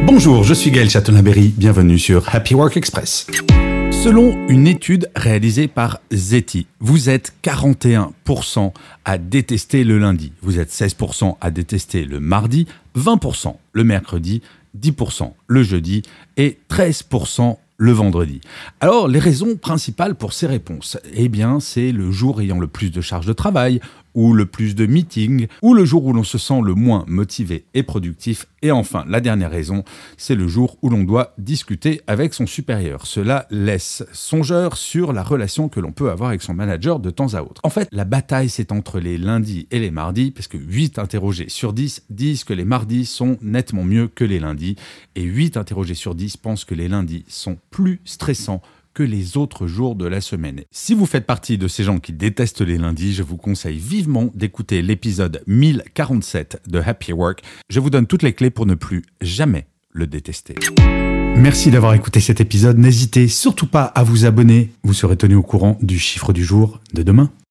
Bonjour, je suis Gaël Chatonaberry, bienvenue sur Happy Work Express. Selon une étude réalisée par Zeti, vous êtes 41% à détester le lundi, vous êtes 16% à détester le mardi, 20% le mercredi, 10% le jeudi et 13% le vendredi. Alors, les raisons principales pour ces réponses, eh bien, c'est le jour ayant le plus de charges de travail, ou le plus de meetings, ou le jour où l'on se sent le moins motivé et productif. Et enfin, la dernière raison, c'est le jour où l'on doit discuter avec son supérieur. Cela laisse songeur sur la relation que l'on peut avoir avec son manager de temps à autre. En fait, la bataille, c'est entre les lundis et les mardis, parce que 8 interrogés sur 10 disent que les mardis sont nettement mieux que les lundis, et 8 interrogés sur 10 pensent que les lundis sont plus stressants que les autres jours de la semaine. Si vous faites partie de ces gens qui détestent les lundis, je vous conseille vivement d'écouter l'épisode 1047 de Happy Work. Je vous donne toutes les clés pour ne plus jamais le détester. Merci d'avoir écouté cet épisode. N'hésitez surtout pas à vous abonner. Vous serez tenu au courant du chiffre du jour de demain.